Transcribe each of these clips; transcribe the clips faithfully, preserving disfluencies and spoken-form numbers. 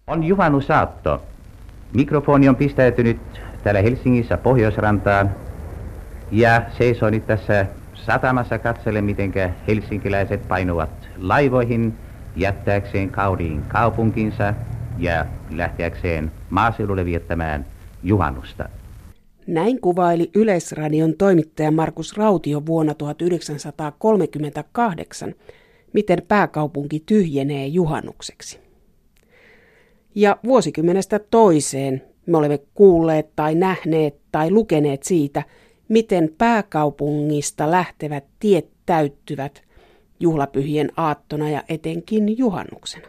On juhannusaatto. Mikrofoni on pistäytynyt täällä Helsingissä Pohjoisrantaan ja seisoo nyt tässä satamassa katsellen, mitenkä helsinkiläiset painuvat laivoihin jättääkseen kauniin kaupunkinsa ja lähteäkseen maaseudulle viettämään juhannusta. Näin kuvaili Yleisradion toimittaja Markus Rautio vuonna tuhatyhdeksänsataakolmekymmentäkahdeksan, miten pääkaupunki tyhjenee juhannukseksi. Ja vuosikymmenestä toiseen me olemme kuulleet tai nähneet tai lukeneet siitä, miten pääkaupungista lähtevät tiet täyttyvät juhlapyhien aattona ja etenkin juhannuksena.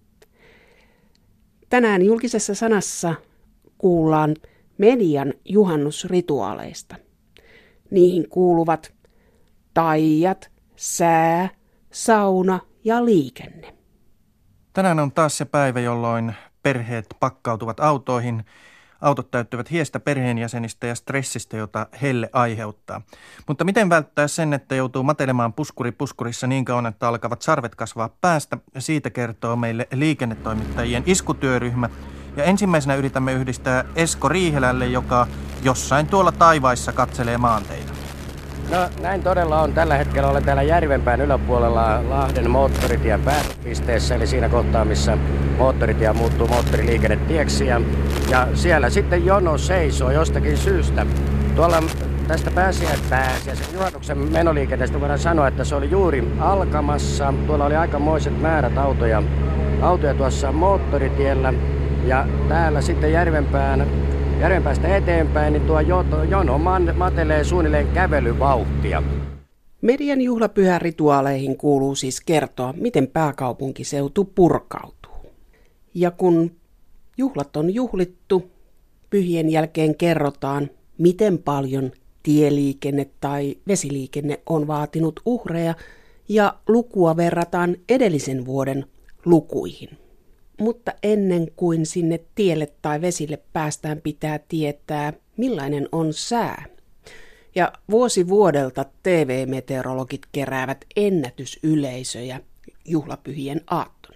Tänään julkisessa sanassa kuullaan median juhannusrituaaleista. Niihin kuuluvat taijat, sää, sauna ja liikenne. Tänään on taas se päivä, jolloin perheet pakkautuvat autoihin. Autot täyttyvät hiestä perheenjäsenistä ja stressistä, jota helle aiheuttaa. Mutta miten välttää sen, että joutuu matelemaan puskuri puskurissa niin kauan, että alkavat sarvet kasvaa päästä? Siitä kertoo meille liikennetoimittajien iskutyöryhmä. Ja ensimmäisenä yritämme yhdistää Esko Riihelälle, joka jossain tuolla taivaissa katselee maanteita. No näin todella on. Tällä hetkellä olen täällä Järvenpään yläpuolella Lahden moottoritien pääpisteessä, eli siinä kohtaa, missä moottoritie muuttuu moottoriliikennetieksi. Ja, ja siellä sitten jono seisoo jostakin syystä. Tuolla tästä pääsiäisen juhannuksen menoliikenteestä voidaan sanoa, että se oli juuri alkamassa. Tuolla oli aikamoiset määrät autoja, autoja tuossa moottoritiellä. Ja täällä sitten Järvenpään, Järvenpäästä eteenpäin, niin tuo jono matelee suunnilleen kävelyvauhtia. Median juhlapyhärituaaleihin kuuluu siis kertoa, miten pääkaupunkiseutu purkautuu. Ja kun juhlat on juhlittu, pyhien jälkeen kerrotaan, miten paljon tieliikenne tai vesiliikenne on vaatinut uhreja, ja lukua verrataan edellisen vuoden lukuihin. Mutta ennen kuin sinne tielle tai vesille päästään, pitää tietää, millainen on sää. Ja vuosi vuodelta T V-meteorologit keräävät ennätysyleisöjä juhlapyhien aattona.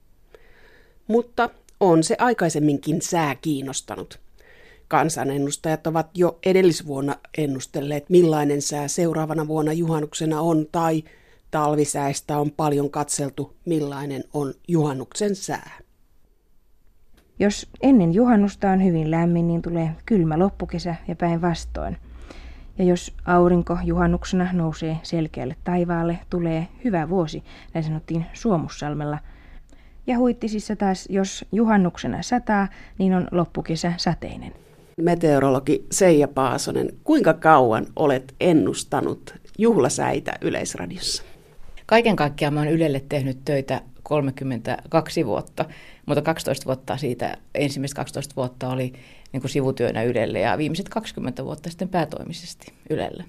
Mutta on se aikaisemminkin sää kiinnostanut. Kansanennustajat ovat jo edellisvuonna ennustelleet, millainen sää seuraavana vuonna juhannuksena on, tai talvisäästä on paljon katseltu, millainen on juhannuksen sää. Jos ennen juhannusta on hyvin lämmin, niin tulee kylmä loppukesä ja päinvastoin. Ja jos aurinko juhannuksena nousee selkeälle taivaalle, tulee hyvä vuosi, näin sanottiin Suomussalmella. Ja Huittisissa taas, jos juhannuksena sataa, niin on loppukesä sateinen. Meteorologi Seija Paasonen, kuinka kauan olet ennustanut juhlasäitä Yleisradiossa? Kaiken kaikkiaan mä oon Ylelle tehnyt töitä kolmekymmentäkaksi vuotta, mutta kaksitoista vuotta siitä, ensimmäiset kaksitoista vuotta oli niin kuin sivutyönä Ylelle ja viimeiset kaksikymmentä vuotta sitten päätoimisesti Ylelle.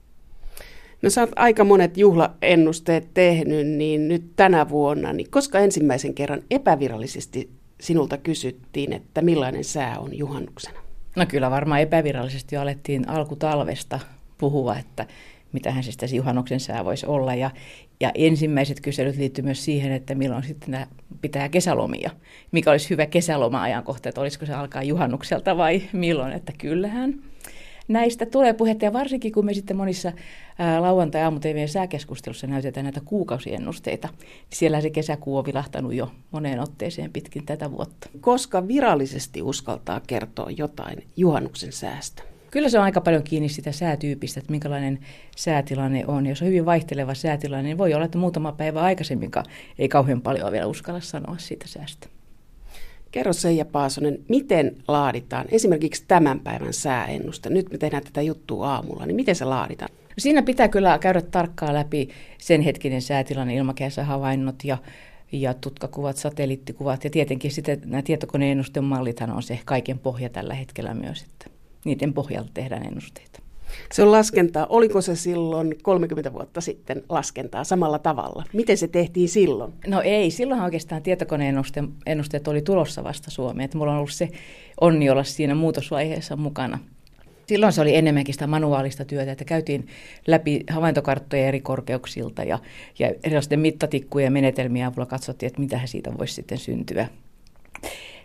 No sä oot aika monet juhlaennusteet tehnyt, niin nyt tänä vuonna, niin koska ensimmäisen kerran epävirallisesti sinulta kysyttiin, että millainen sää on juhannuksena? No kyllä varmaan epävirallisesti jo alettiin alkutalvesta puhua, että mitähän se sitten juhannuksen sää voisi olla. Ja, ja ensimmäiset kyselyt liittyy myös siihen, että milloin sitten pitää kesälomia. Mikä olisi hyvä kesäloma-ajankohta, että olisiko se alkaa juhannukselta vai milloin, että kyllähän näistä tulee puhetta. Ja varsinkin kun me sitten monissa ää, lauantai-aamu-T V:n sääkeskustelussa näytetään näitä kuukausiennusteita, niin siellä se kesäkuu on vilahtanut jo moneen otteeseen pitkin tätä vuotta. Koska virallisesti uskaltaa kertoa jotain juhannuksen säästä? Kyllä se on aika paljon kiinni sitä säätyypistä, että minkälainen säätilanne on. Jos on hyvin vaihteleva säätilanne, niin voi olla, että muutama päivä aikaisemminkaan ei kauhean paljon vielä uskalla sanoa siitä säästä. Kerro Seija Paasonen, miten laaditaan esimerkiksi tämän päivän sääennuste? Nyt me tehdään tätä juttua aamulla, niin miten se laaditaan? Siinä pitää kyllä käydä tarkkaan läpi sen hetkinen säätilanne, ilmakehässä havainnot ja, ja tutkakuvat, satelliittikuvat. Ja tietenkin sitten nämä tietokoneen mallithan on se kaiken pohja tällä hetkellä myös, että niiden pohjalta tehdään ennusteita. Se on laskentaa. Oliko se silloin kolmekymmentä vuotta sitten laskentaa samalla tavalla? Miten se tehtiin silloin? No ei, silloinhan oikeastaan tietokoneen ennusteet oli tulossa vasta Suomeen. Että mulla on ollut se onni olla siinä muutosvaiheessa mukana. Silloin se oli enemmänkin sitä manuaalista työtä, että käytiin läpi havaintokarttoja eri korkeuksilta ja, ja erilaisten mittatikkujen ja menetelmien avulla katsottiin, että mitä siitä voisi sitten syntyä.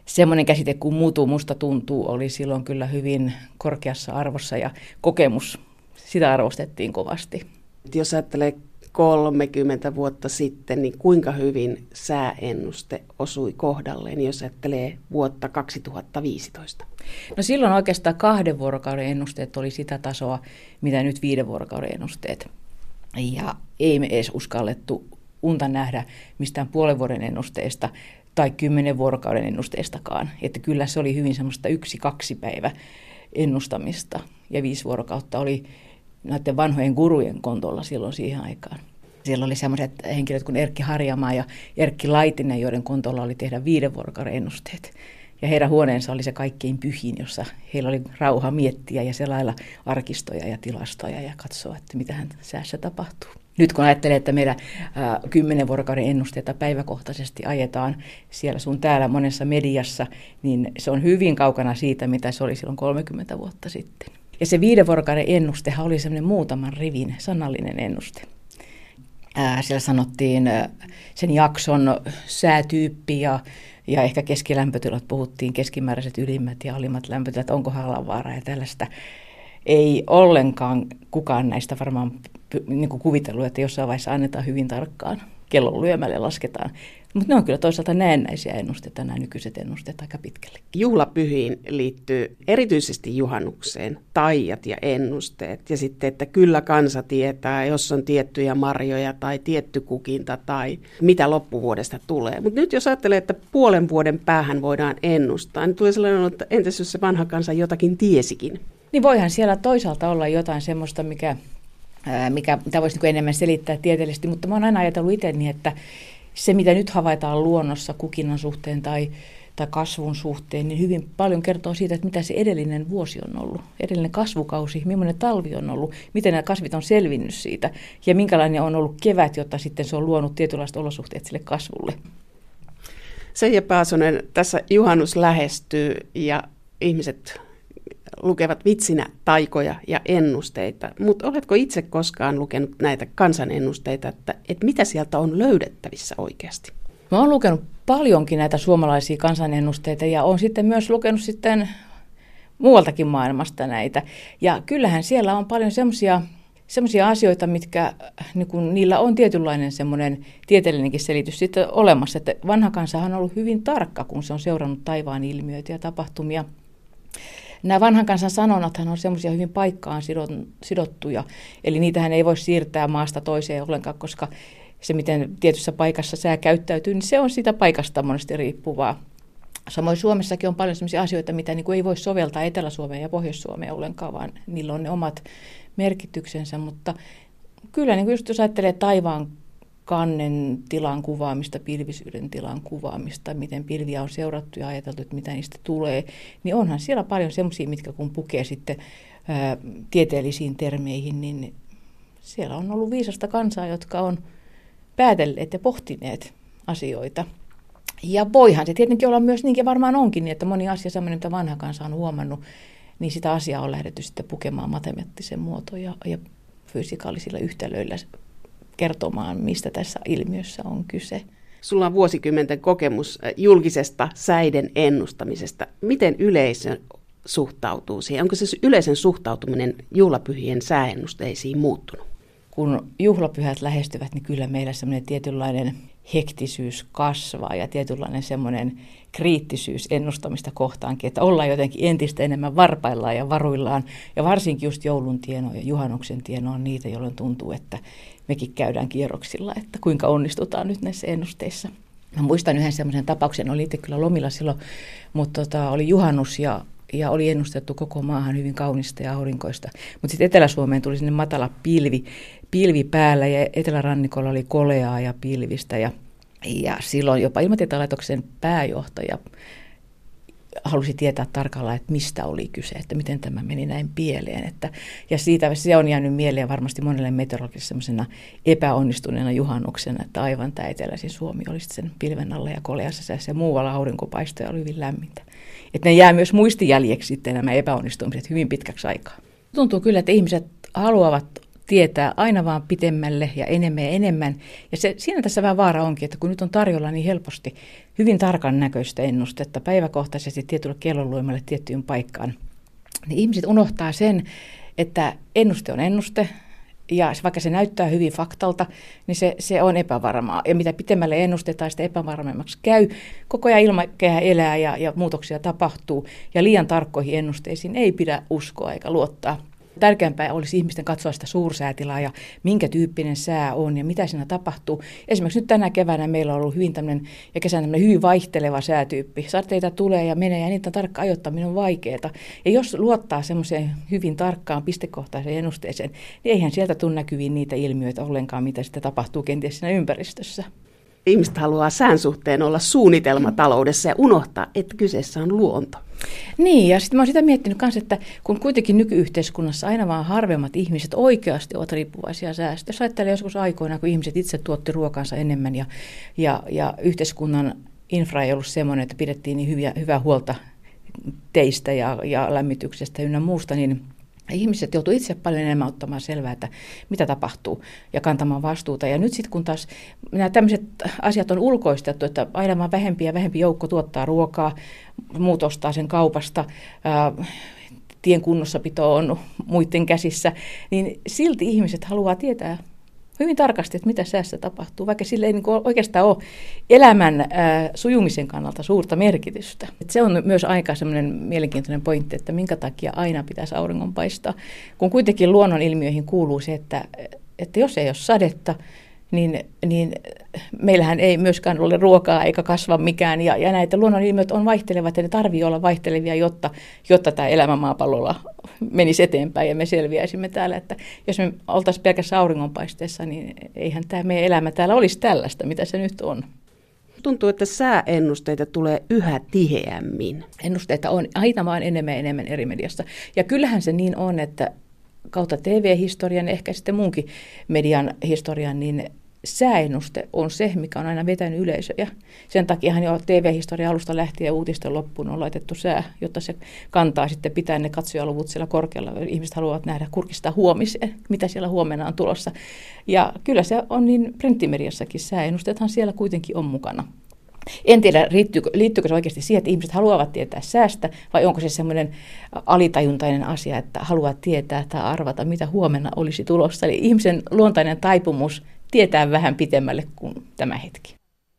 semmoinen käsite kuin mutu, musta tuntuu, oli silloin kyllä hyvin korkeassa arvossa ja kokemus, sitä arvostettiin kovasti. Jos ajattelee kolmekymmentä vuotta sitten, niin kuinka hyvin sääennuste osui kohdalleen, jos ajattelee vuotta kaksituhattaviisitoista? No silloin oikeastaan kahden vuorokauden ennusteet oli sitä tasoa, mitä nyt viiden vuorokauden ennusteet. Ja ei me edes uskallettu unta nähdä mistään puolen vuoden ennusteesta tai kymmenen vuorokauden ennusteestakaan. Että kyllä se oli hyvin semmoista yksi, kaksi päivä ennustamista ja viisi vuorokautta oli näiden vanhojen gurujen kontolla silloin siihen aikaan. Siellä oli sellaiset henkilöt kuin Erkki Harjamaa ja Erkki Laitinen, joiden kontolla oli tehdä viiden vuorokauden ennusteet. Ja heidän huoneensa oli se kaikkein pyhin, jossa heillä oli rauha miettiä ja selailla arkistoja ja tilastoja ja katsoa, että mitähän säässä tapahtuu. Nyt kun ajattelee, että meidän kymmenen vuorokauden ennusteita päiväkohtaisesti ajetaan siellä sun täällä monessa mediassa, niin se on hyvin kaukana siitä, mitä se oli silloin kolmekymmentä vuotta sitten. Ja se viiden vuorokauden ennustehan oli semmoinen muutaman rivin sanallinen ennuste. Ää, siellä sanottiin ää, sen jakson säätyyppi ja, ja ehkä keskilämpötilat, puhuttiin keskimääräiset ylimmät ja alimmat lämpötilat, onko hallanvaara ja tällaista. Ei ollenkaan kukaan näistä varmaan niin kuin kuvitellut, että jossain vaiheessa annetaan hyvin tarkkaan, kellon lyömälle lasketaan. Mutta ne on kyllä toisaalta näennäisiä ennusteita, nämä nykyiset ennusteet aika pitkälle. Juhlapyhiin liittyy erityisesti juhannukseen taijat ja ennusteet. Ja sitten, että kyllä kansa tietää, jos on tiettyjä marjoja tai tietty kukinta tai mitä loppuvuodesta tulee. Mutta nyt jos ajattelee, että puolen vuoden päähän voidaan ennustaa, niin tulee sellainen, että entäs jos se vanha kansa jotakin tiesikin? Niin voihan siellä toisaalta olla jotain semmoista, mikä, mikä, mitä voisi niin enemmän selittää tieteellisesti, mutta mä oon aina ajatellut itse niin, että se, mitä nyt havaitaan luonnossa kukinnan suhteen tai, tai kasvun suhteen, niin hyvin paljon kertoo siitä, että mitä se edellinen vuosi on ollut. Edellinen kasvukausi, millainen talvi on ollut, miten nämä kasvit on selvinnyt siitä ja minkälainen on ollut kevät, jotta sitten se on luonut tietynlaiset olosuhteet sille kasvulle. Seija Paasonen, tässä juhannus lähestyy ja ihmiset lukevat vitsinä taikoja ja ennusteita, mutta oletko itse koskaan lukenut näitä kansanennusteita, että, että mitä sieltä on löydettävissä oikeasti? Mä oon lukenut paljonkin näitä suomalaisia kansanennusteita ja oon sitten myös lukenut sitten muualtakin maailmasta näitä. Ja kyllähän siellä on paljon semmoisia semmoisia asioita, mitkä niin kun niillä on tietynlainen semmoinen tieteellinenkin selitys sitten olemassa. Että vanha kansahan on ollut hyvin tarkka, kun se on seurannut taivaan ilmiöitä ja tapahtumia. Nämä vanhan kansan sanonnathan on semmoisia hyvin paikkaan sidottuja, eli niitähän ei voi siirtää maasta toiseen ollenkaan, koska se, miten tietyssä paikassa sää käyttäytyy, niin se on siitä paikasta monesti riippuvaa. Samoin Suomessakin on paljon semmoisia asioita, mitä niin kuin ei voi soveltaa Etelä-Suomeen ja Pohjois-Suomeen ollenkaan, vaan niillä on ne omat merkityksensä, mutta kyllä niin kuin just jos ajattelee taivaan kannen tilan kuvaamista, pilvisyyden tilan kuvaamista, miten pilviä on seurattu ja ajateltu, että mitä niistä tulee, niin onhan siellä paljon semmoisia, mitkä kun pukee sitten ää, tieteellisiin termeihin, niin siellä on ollut viisasta kansaa, jotka on päätelleet ja pohtineet asioita. Ja voihan se tietenkin olla myös niin, ja varmaan onkin niin, että moni asia sellainen, mitä vanha kansa on huomannut, niin sitä asiaa on lähdetty sitten pukemaan matemaattisen muotoon ja, ja fysikaalisilla yhtälöillä kertomaan, mistä tässä ilmiössä on kyse. Sulla on vuosikymmenten kokemus julkisesta säiden ennustamisesta. Miten yleisö suhtautuu siihen? Onko se yleisen suhtautuminen juhlapyhien sääennusteisiin muuttunut? Kun juhlapyhät lähestyvät, niin kyllä meillä semmoinen tietynlainen hektisyys kasvaa ja tietynlainen semmoinen kriittisyys ennustamista kohtaankin, että ollaan jotenkin entistä enemmän varpaillaan ja varuillaan. Ja varsinkin just joulun tienoa ja juhannuksen tienoa on niitä, jolloin tuntuu, että mekin käydään kierroksilla, että kuinka onnistutaan nyt näissä ennusteissa. Mä muistan yhden semmoisen tapauksen, oli itse kyllä lomilla silloin, mutta tota, oli juhannus ja, ja oli ennustettu koko maahan hyvin kaunista ja aurinkoista. Mutta sitten Etelä-Suomeen tuli sinne matala pilvi, pilvi päällä ja etelärannikolla oli koleaa ja pilvistä ja, ja silloin jopa Ilmatieteen-laitoksen pääjohtaja halusi tietää tarkalleen, että mistä oli kyse, että miten tämä meni näin pieleen. Että, ja siitä se on jäänyt mieleen varmasti monelle meteorologille semmoisena epäonnistuneena juhannuksena, että aivan tämä eteläisin Suomi olisi sen pilven alla ja koleassa säässä ja muualla aurinkopaistoja oli hyvin lämmintä. Että ne jää myös muistijäljeksi sitten nämä epäonnistumiset hyvin pitkäksi aikaa. Tuntuu kyllä, että ihmiset haluavat tietää aina vaan pitemmälle ja enemmän ja enemmän. Ja se, siinä tässä vähän vaara onkin, että kun nyt on tarjolla niin helposti hyvin tarkan näköistä ennustetta päiväkohtaisesti tietylle kellonluimalle tiettyyn paikkaan, niin ihmiset unohtaa sen, että ennuste on ennuste. Ja vaikka se näyttää hyvin faktalta, niin se, se on epävarmaa. Ja mitä pitemmälle ennustetaan, sitä epävarmemmaksi käy. Koko ajan ilmakehä elää ja, ja muutoksia tapahtuu. Ja liian tarkkoihin ennusteisiin ei pidä uskoa eikä luottaa. Tärkeämpää olisi ihmisten katsoa sitä suursäätilaa ja minkä tyyppinen sää on ja mitä siinä tapahtuu. Esimerkiksi nyt tänä keväänä meillä on ollut hyvin tämmöinen, ja kesänä tämmöinen hyvin vaihteleva säätyyppi. Sateita tulee ja menee ja niitä tarkka ajoittaminen on vaikeaa. Ja jos luottaa semmoiseen hyvin tarkkaan pistekohtaiseen ennusteeseen, niin eihän sieltä tule näkyviin niitä ilmiöitä ollenkaan, mitä sitten tapahtuu kenties siinä ympäristössä. Ihmiset haluaa sään suhteen olla suunnitelmataloudessa ja unohtaa, että kyseessä on luonto. Niin, ja sitten mä oon sitä miettinyt myös, että kun kuitenkin nykyyhteiskunnassa aina vaan harvemmat ihmiset oikeasti ovat riippuvaisia säästä. Jos ajattelee joskus aikoina, kun ihmiset itse tuotti ruokansa enemmän ja, ja, ja yhteiskunnan infra ei ollut semmoinen, että pidettiin niin hyviä, hyvää huolta teistä ja, ja lämmityksestä ynnä muusta, niin ihmiset joutuu itse paljon enemmän ottamaan selvää, että mitä tapahtuu ja kantamaan vastuuta. Ja nyt sitten kun taas nämä tämmöiset asiat on ulkoistettu, että aina vaan vähempi ja vähempi joukko tuottaa ruokaa, muut ostaa sen kaupasta, ää, tien kunnossapito on muiden käsissä, niin silti ihmiset haluaa tietää hyvin tarkasti, että mitä säässä tapahtuu, vaikka sillä ei niin kuin oikeastaan ole elämän ää, sujumisen kannalta suurta merkitystä. Et se on myös aika semmoinen mielenkiintoinen pointti, että minkä takia aina pitäisi auringon paistaa, kun kuitenkin luonnonilmiöihin kuuluu se, että, että jos ei ole sadetta, niin, niin meillähän ei myöskään ole ruokaa eikä kasva mikään, ja, ja näitä luonnonilmiöt on vaihtelevat, ja ne tarvitsee olla vaihtelevia, jotta, jotta tämä elämä maapallolla menisi eteenpäin ja me selviäisimme täällä, että jos me oltaisiin pelkässä auringonpaisteessa, niin eihän tämä meidän elämä täällä olisi tällaista, mitä se nyt on. Tuntuu, että sääennusteita tulee yhä tiheämmin. Ennusteita on aina vaan enemmän ja enemmän eri mediassa. Ja kyllähän se niin on, että kautta T V-historian, ehkä sitten muunkin median historian, niin sääennuste on se, mikä on aina vetänyt yleisöjä. Sen takiahan jo T V-historian alusta lähtien ja uutisten loppuun on laitettu sää, jotta se kantaa sitten pitää ne katsojaluvut siellä korkealla. Ihmiset haluavat nähdä, kurkistaa huomiseen, mitä siellä huomenna on tulossa. Ja kyllä se on niin printtimediassakin, sääennusteethan siellä kuitenkin on mukana. En tiedä, liittyykö, liittyykö se oikeasti siihen, että ihmiset haluavat tietää säästä, vai onko se semmoinen alitajuntainen asia, että haluaa tietää tai arvata, mitä huomenna olisi tulossa. Eli ihmisen luontainen taipumus tietää vähän pitemmälle kuin tämä hetki.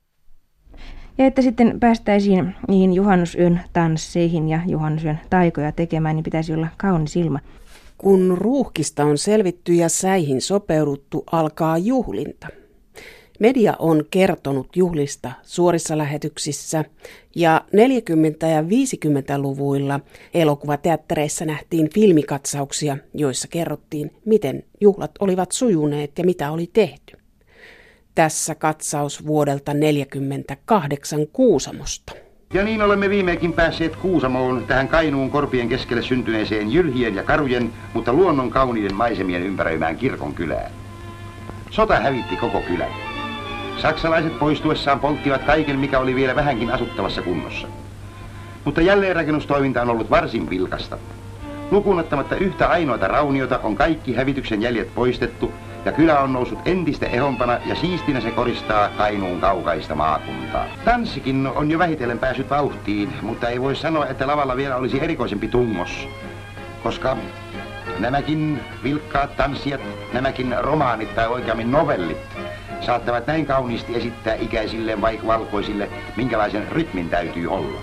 Ja että sitten päästäisiin niihin juhannusyön tansseihin ja juhannusyön taikoja tekemään, niin pitäisi olla kaunis ilma. Kun ruuhkista on selvitty ja säihin sopeuduttu, alkaa juhlinta. Media on kertonut juhlista suorissa lähetyksissä ja neljäkymmentä- ja viisikymmentäluvuilla elokuvateattereissa nähtiin filmikatsauksia, joissa kerrottiin, miten juhlat olivat sujuneet ja mitä oli tehty. Tässä katsaus vuodelta neljäkymmentäkahdeksan Kuusamosta. Ja niin olemme viimeinkin päässeet Kuusamoon, tähän Kainuun korpien keskelle syntyneeseen jylhien ja karujen, mutta luonnon kauniiden maisemien ympäröimään kirkonkylään. Sota hävitti koko kylän. Saksalaiset poistuessaan polttivat kaiken, mikä oli vielä vähänkin asuttavassa kunnossa. Mutta jälleenrakennustoiminta on ollut varsin vilkasta. Lukuun ottamatta yhtä ainoata rauniota on kaikki hävityksen jäljet poistettu, ja kylä on noussut entistä ehompana ja siistinä se koristaa Kainuun kaukaista maakuntaa. Tanssikin on jo vähitellen päässyt vauhtiin, mutta ei voi sanoa, että lavalla vielä olisi erikoisempi tungos, koska nämäkin vilkkaat tanssijat, nämäkin romaanit tai oikeammin novellit saattavat näin kauniisti esittää ikäisilleen vaikka valkoisille, minkälaisen rytmin täytyy olla.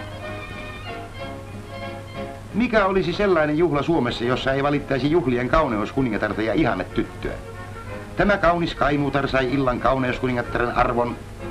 Mikä olisi sellainen juhla Suomessa, jossa ei valittaisi juhlien kauneuskuningatarta ja ihannetyttöä? Tämä kaunis kainuutar sai illan kauneuskuningattaren arvon.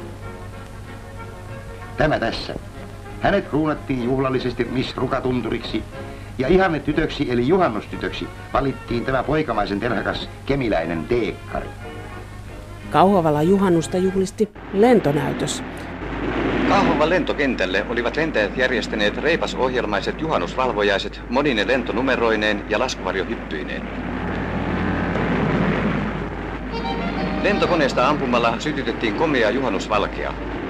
Tämä tässä. Hänet kruunattiin juhlallisesti Miss Rukatunturiksi, ja ihannetytöksi eli juhannustytöksi valittiin tämä poikamaisen terhakas kemiläinen deekkari. Kauhavalla juhannusta juhlisti lentonäytös. Kauhavan lentokentälle olivat lentäjät järjestäneet reipasohjelmaiset juhannusvalvojaiset monine lentonumeroineen ja laskuvarjohyppyineen. Lentokoneesta ampumalla sytytettiin komeaa juhannusvalkea.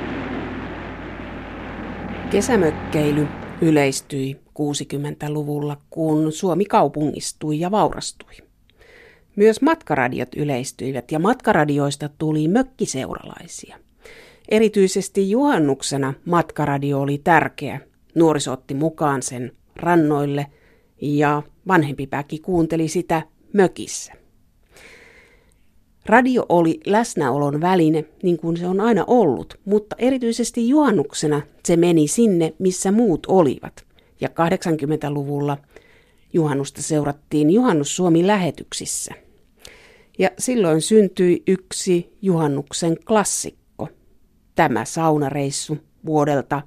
Kesämökkeily yleistyi kuusikymmentäluvulla, kun Suomi kaupungistui ja vaurastui. Myös matkaradiot yleistyivät ja matkaradioista tuli mökkiseuralaisia. Erityisesti juhannuksena matkaradio oli tärkeä. Nuoriso otti mukaan sen rannoille ja vanhempi väki kuunteli sitä mökissä. Radio oli läsnäolon väline, niin kuin se on aina ollut, mutta erityisesti juhannuksena se meni sinne, missä muut olivat. Ja kahdeksankymmentäluvulla juhannusta seurattiin Juhannus Suomi-lähetyksissä. Ja silloin syntyi yksi juhannuksen klassikko, tämä saunareissu vuodelta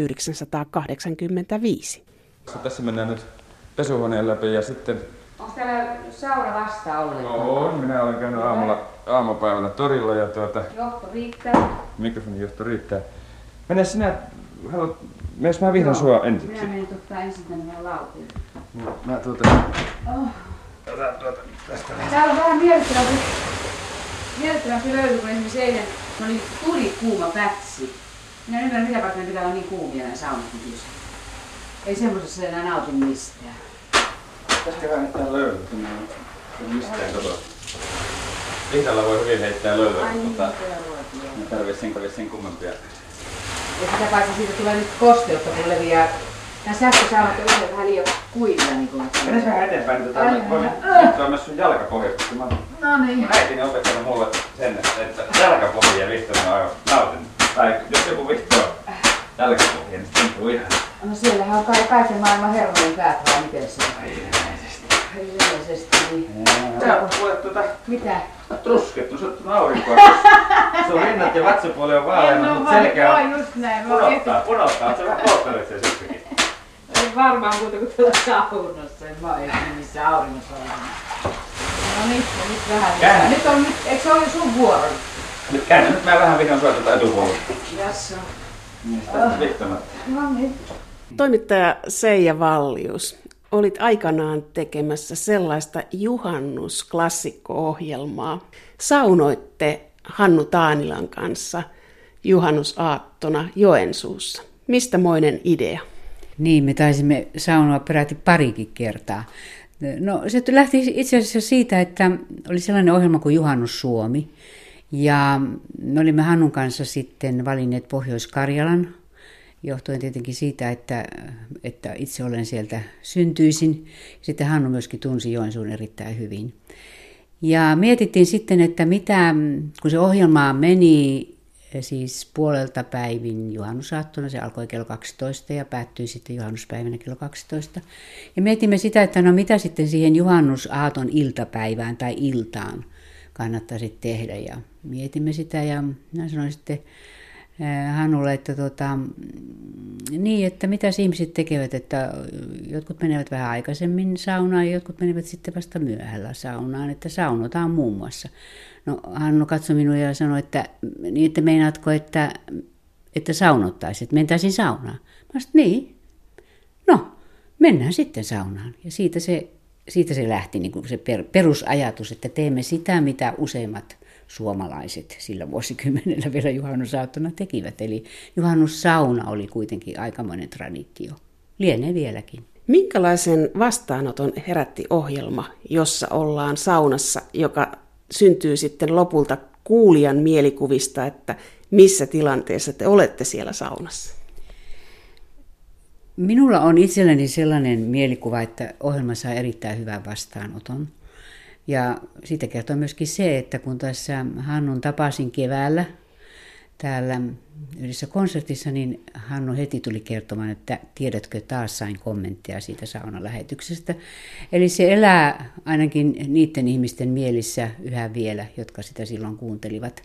tuhatyhdeksänsataakahdeksankymmentäviisi. Tässä mennään nyt pesuhuoneen läpi ja sitten... Onko täällä sauna vasta ollenkaan? On, minä olen käynyt aamulla, aamupäivällä torilla ja tuota... Johto riittää. Mikrofonin johto riittää. Mene sinä, haluat... Myös mä vihdan sua ensiksi. Minä menen ottaa ensin tänne lautiin. No, mä tuota... Oh. Otan tuota tästä. Täällä on vähän miellyttävämpi, miellyttävämpi löydy kuin esimerkiksi eilen. Se oli tuli kuuma pätsi. Minä en ymmärrä, mitä varten pitää olla niin kuumia nämä saunat nykyisiä. Ei semmosessa enää nauti mistään. Pitäisikö vähän heittää löylyä? Sinne on mistään kotoa. Vihdalla voi hyvin heittää löylyä, mutta me tarvitsin sen kummempia. Ja sitä paitsi siitä tulee nyt kosteutta, kun leviää. Nämä sähkösaunat on usein vähän liian kuivia. Niin Menes vähän eteenpäin, että tämä voimme liittyä myös sun jalkapohjasta. No niin. Äitini on opettanut mulle sen, että jalkapohjien vihtoinen on aivan nautin. Tai jos joku vihtoo jalkapohjia, niin se tuntuu ihan. No siellähän on kai kaiken maailman hermojen päät, vai miten se on? Ilmeisesti. Ilmeisesti, niin. Sä on kuule tuota... Mitä? Truskettu, sä oot aurinkoa. Sun rinnat ja vatsapuoli on vaaleana, mutta selkeä on... just näin. Punottaa, punottaa. Oot sä vähän polttanut sen syksykin? Ei varmaan muuta kuin tuolla saunassa. En mä ole missä auringossa ole. No niin, nyt vähän lisää. Nyt on, nyt, eikö se ole sun vuoro? Nyt käännä, nyt mä vähän vihdoin sua tätä etupuolta. Jasso. Niin sitä on vihtomatta. No niin. Toimittaja Seija Vallius, olit aikanaan tekemässä sellaista juhannusklassikko-ohjelmaa. Saunoitte Hannu Taanilan kanssa juhannusaattona Joensuussa. Mistä moinen idea? Niin, me taisimme saunoa peräti parikin kertaa. No se lähti itse asiassa siitä, että oli sellainen ohjelma kuin Juhannus Suomi. Ja me olimme Hannun kanssa sitten valinneet Pohjois-Karjalan, johtuen tietenkin siitä, että, että itse olen sieltä syntyisin. Sitten Hannu myöskin tunsi Joensuun erittäin hyvin. Ja mietittiin sitten, että mitä, kun se ohjelma meni siis puolelta päivin juhannusaattona, se alkoi kello kaksitoista ja päättyi sitten juhannuspäivänä kello kaksitoista. Ja mietimme sitä, että no mitä sitten siihen juhannusaaton iltapäivään tai iltaan kannattaisi tehdä. Ja mietimme sitä ja minä sanoin sitten Hannulle, että tota, niin, että mitä ihmiset tekevät, että jotkut menevät vähän aikaisemmin saunaan ja jotkut menevät sitten vasta myöhällä saunaan, että saunotaan muun muassa. No Hannu katsoi minua ja sanoi, että, niin, että meinaatko, että, että saunottaisiin, että mentäisiin saunaan. Mä sanoin, niin, no mennään sitten saunaan. Ja siitä se, siitä se lähti niin kuin se per, perusajatus, että teemme sitä, mitä useimmat suomalaiset sillä vuosikymmenellä vielä juhannusaattona tekivät. Eli juhannussauna oli kuitenkin aikamoinen traditio. Lienee vieläkin. Minkälaisen vastaanoton herätti ohjelma, jossa ollaan saunassa, joka syntyy sitten lopulta kuulijan mielikuvista, että missä tilanteessa te olette siellä saunassa? Minulla on itselleni sellainen mielikuva, että ohjelma sai erittäin hyvän vastaanoton. Ja siitä kertoo myöskin se, että kun tässä Hannun tapasin keväällä täällä yhdessä konsertissa, niin Hannu heti tuli kertomaan, että tiedätkö, taas sain kommentteja siitä saunalähetyksestä. Eli se elää ainakin niiden ihmisten mielissä yhä vielä, jotka sitä silloin kuuntelivat.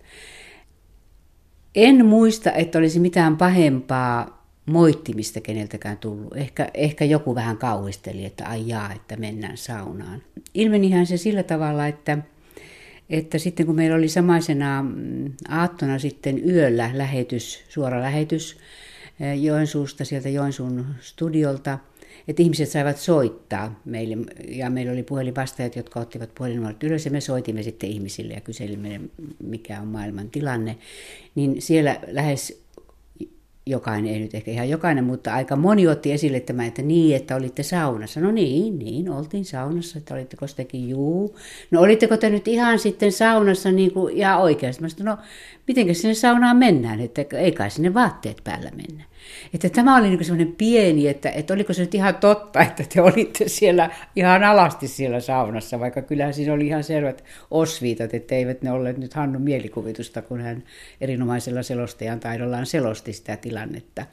En muista, että olisi mitään pahempaa moittimista keneltäkään tullut. Ehkä, ehkä joku vähän kauhisteli, että ai jaa, että mennään saunaan. Ilmenihän se sillä tavalla, että, että sitten kun meillä oli samaisena aattona sitten yöllä lähetys, suora lähetys Joensuusta, sieltä Joensuun studiolta, että ihmiset saivat soittaa meille, ja meillä oli puhelinvastaajat, jotka ottivat puhelinnumerot ylös, ja me soitimme sitten ihmisille ja kyselimme, mikä on maailman tilanne, niin siellä lähes jokainen, ei nyt ehkä ihan jokainen, mutta aika moni otti esille tämän, että niin, että olitte saunassa. No niin, niin, oltiin saunassa, että olitteko sitäkin, juu. No olitteko te nyt ihan sitten saunassa niin kuin ihan oikeasti? Mä sanoin, no mitenkä sinne saunaan mennään, että ei kai sinne vaatteet päällä mennä. Että tämä oli niin kuin semmoinen pieni, että, että oliko se nyt ihan totta, että te olitte siellä ihan alasti siellä saunassa, vaikka kyllähän siinä oli ihan selvät osviitat, että eivät ne olleet nyt Hannun mielikuvitusta, kun hän erinomaisella selostajan taidollaan selosti sitä tilannetta.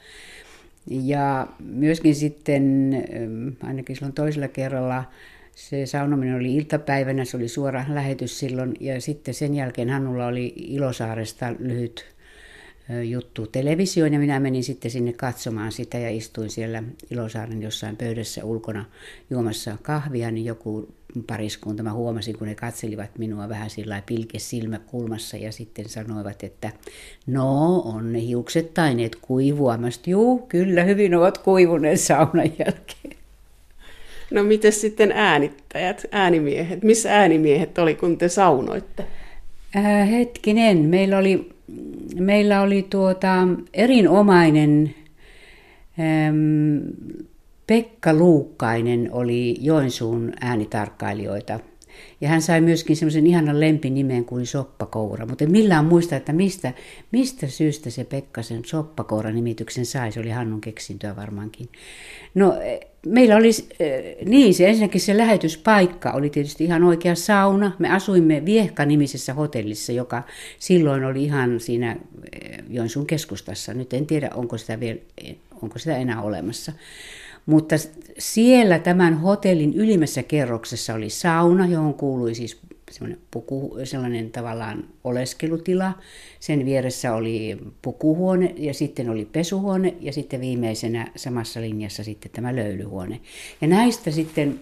Ja myöskin sitten, ainakin silloin toisella kerralla, se saunominen oli iltapäivänä, se oli suora lähetys silloin, ja sitten sen jälkeen Hannulla oli Ilosaaresta lyhyt juttu televisioon, ja minä menin sitten sinne katsomaan sitä ja istuin siellä Ilosaaren jossain pöydässä ulkona juomassa kahvia, niin joku pariskunta, mä huomasin, kun ne katselivat minua vähän sillä pilke silmä kulmassa ja sitten sanoivat, että no, on ne hiukset taineet kuivua. Mä sanoin, juu, kyllä hyvin ovat kuivuneet saunan jälkeen. No miten sitten äänittäjät, äänimiehet? Missä äänimiehet oli, kun te saunoitte? Äh, hetkinen, meillä oli, meillä oli tuota erinomainen ähm, Pekka Luukkainen oli Joensuun äänitarkkailijoita. Ja hän sai myöskin semmoisen ihanan lempinimen kuin Soppakoura. Mutta en millään muista, että mistä, mistä syystä se Pekka sen Soppakoura-nimityksen sai. Se oli Hannun keksintöä varmaankin. No meillä oli, niin se ensinnäkin se lähetyspaikka oli tietysti ihan oikea sauna. Me asuimme Viehka-nimisessä hotellissa, joka silloin oli ihan siinä Joensuun keskustassa. Nyt en tiedä, onko sitä, vielä, onko sitä enää olemassa. Mutta siellä tämän hotellin ylimmässä kerroksessa oli sauna, johon kuului siis sellainen, puku, sellainen tavallaan oleskelutila. Sen vieressä oli pukuhuone ja sitten oli pesuhuone ja sitten viimeisenä samassa linjassa sitten tämä löylyhuone. Ja näistä sitten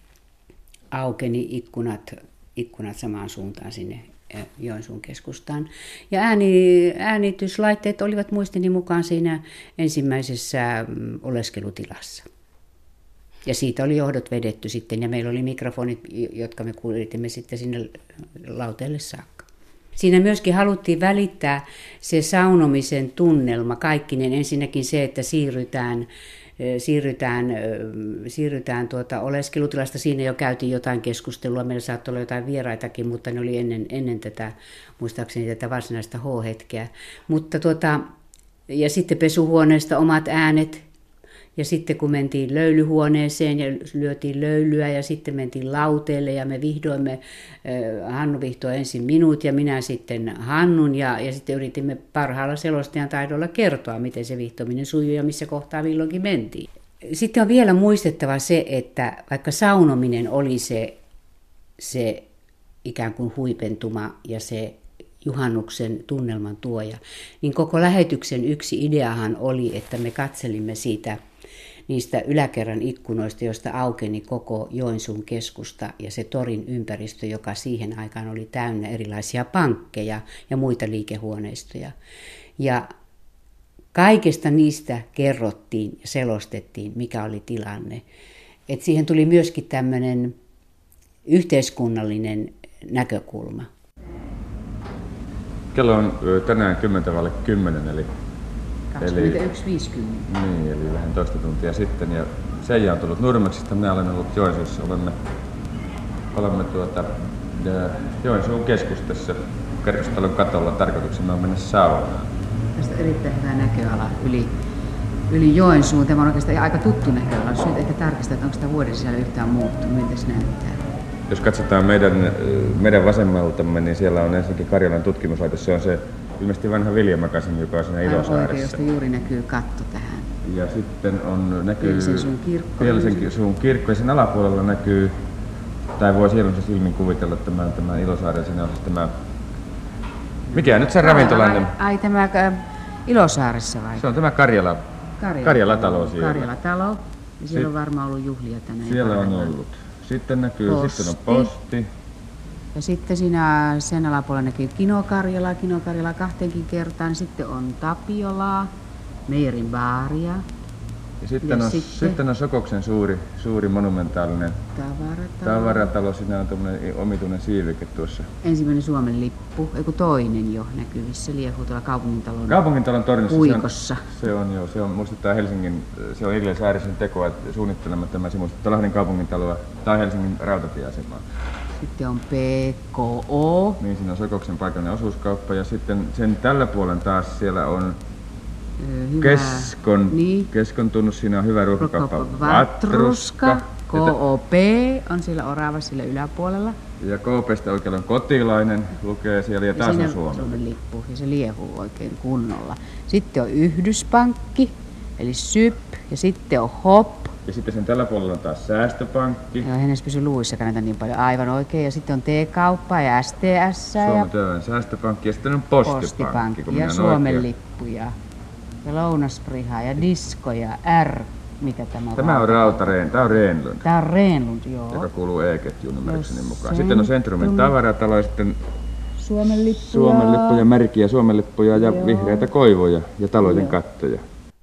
aukeni ikkunat, ikkunat samaan suuntaan sinne Joensuun keskustaan. Ja ääni, äänityslaitteet olivat muistini mukaan siinä ensimmäisessä oleskelutilassa. Ja siitä oli johdot vedetty sitten, ja meillä oli mikrofonit, jotka me kuulitimme sitten sinne lauteelle saakka. Siinä myöskin haluttiin välittää se saunomisen tunnelma, kaikkinen. Ensinnäkin se, että siirrytään, siirrytään, siirrytään tuota oleskelutilasta. Siinä jo käytiin jotain keskustelua, meillä saattoi olla jotain vieraitakin, mutta ne oli ennen, ennen tätä, muistaakseni tätä varsinaista H-hetkeä. Mutta tuota, ja sitten pesuhuoneesta omat äänet. Ja sitten kun mentiin löylyhuoneeseen ja lyötiin löylyä ja sitten mentiin lauteelle ja me vihdoimme, Hannu vihtoi ensin minut ja minä sitten Hannun ja, ja sitten yritimme parhaalla selostajan taidolla kertoa, miten se vihtominen sujui ja missä kohtaa milloinkin mentiin. Sitten on vielä muistettava se, että vaikka saunominen oli se, se ikään kuin huipentuma ja se juhannuksen tunnelman tuoja, niin koko lähetyksen yksi ideahan oli, että me katselimme siitä niistä yläkerran ikkunoista, joista aukeni koko Joensuun keskusta ja se torin ympäristö, joka siihen aikaan oli täynnä erilaisia pankkeja ja muita liikehuoneistoja. Ja kaikesta niistä kerrottiin ja selostettiin, mikä oli tilanne. Et siihen tuli myöskin tämmöinen yhteiskunnallinen näkökulma. Kello on tänään kymmentä vaille kymmenen, eli kaksikymmentäyksi viisikymmentä. Niin, eli vähän toista tuntia sitten. Ja Seija on tullut Nurmeksista, minä olen ollut Joensuussa. Olemme, olemme tuota, Joensuun keskustassa kerrostalon katolla. Tarkoituksena on mennä saunaan. Tästä on erittäin hyvä näköala yli, yli Joensuun. Tämä on oikeastaan aika tuttu näköala. Syytä ehkä tarkistaa, että onko sitä vuoden sisällä yhtään muuttunut. Miltä se näyttää? Jos katsotaan meidän, meidän vasemmaltamme, niin siellä on ensinnäkin Karjalan tutkimuslaitos. Se on se ilmeisesti vanha Viljamakasin, joka on siinä Ilosaaressa. Oikein, josta juuri näkyy katto tähän. Ja sitten on, näkyy Pielisensuun kirkko. Pielisensuun kirkko, ja sen alapuolella näkyy, tai voi silloin silmin kuvitella tämän, tämän Ilosaaren, siinä on siis tämä, mikä nyt se ravintolainen? Ai, ai tämä Ilosaaressa vai? Se on tämä Karjala, Karjala, Karjala-talo siellä. Karjala-talo, ja siellä on varmaan ollut juhlia tänään. Siellä on ollut. Sitten näkyy, posti. Sitten on posti. Ja sitten siinä sen alapuolella näkyy Kino Karjala, Kino Karjala kahteenkin kertaan. Sitten on Tapiolaa, Meijerin baaria. Ja sitten, ja on, sitten... sitten on Sokoksen suuri, suuri monumentaalinen tavaratalo. tavaratalo. Siinä on tämmöinen omituinen siivike tuossa. Ensimmäinen Suomen lippu, eiku toinen jo näkyvissä, liehuu tuolla kaupungintalon, kaupungintalon tornissa. puikossa. Se on, se on, joo, se on muistuttaa Helsingin, se on Ilja Saarisen tekoa, että suunnittelematta tämä se muistuttaa Lahden kaupungintaloa tai Helsingin rautatieasemaa. Sitten on P K O. Niin, siinä on Sokoksen paikallinen osuuskauppa ja sitten sen tällä puolen taas siellä on Hyvä. Keskon, niin. Keskon tunnus, siinä on hyvä ruokakauppa Vatruska. K O P on siellä Orava sillä yläpuolella. Ja K P:stä oikealla on Kotilainen, lukee siellä ja taas on Suomen. Suomen lippu ja se liehuu oikein kunnolla. Sitten on Yhdyspankki, eli S Y P, ja sitten on H O P. Ja sitten sen tällä puolella on taas Säästöpankki. Joo, hän ei pysy luissakaan näitä niin paljon. Aivan oikein. Ja sitten on T-kauppa ja S T S. Suomen ja työväen Säästöpankki ja sitten on Postipankki. Postipankki ja Suomen lippuja. Ja Lounaspriha ja Disko ja R. Mikä tämä on? Tämä on Rautareen, tämä on Reenlund. Tämä on Reenlund, joo. Joka kuuluu E-ketjuun numerikseni mukaan. Sitten on Centrumin tavaratalo ja sitten Suomen lippuja. Suomen lippuja, märkiä Suomen lippuja ja joo. Vihreitä koivuja ja taloiden joo. kattoja.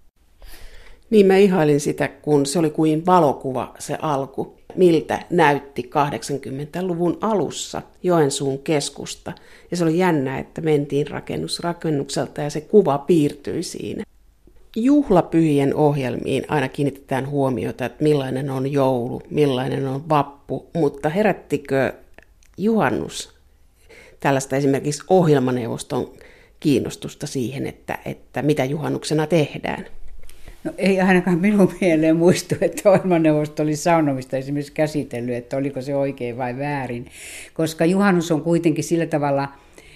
Niin mä ihailin sitä, kun se oli kuin valokuva se alku, miltä näytti kahdeksankymmentäluvun alussa Joensuun keskusta. Ja se oli jännä, että mentiin rakennus rakennukselta ja se kuva piirtyi siinä. Juhlapyhien ohjelmiin aina kiinnitetään huomiota, että millainen on joulu, millainen on vappu, mutta herättikö juhannus tällaista esimerkiksi ohjelmaneuvoston kiinnostusta siihen, että, että mitä juhannuksena tehdään? No ei ainakaan minun mieleen muistu, että ohjelmaneuvosto oli saunomista esimerkiksi käsitellyt, että oliko se oikein vai väärin, koska juhannus on kuitenkin sillä tavalla,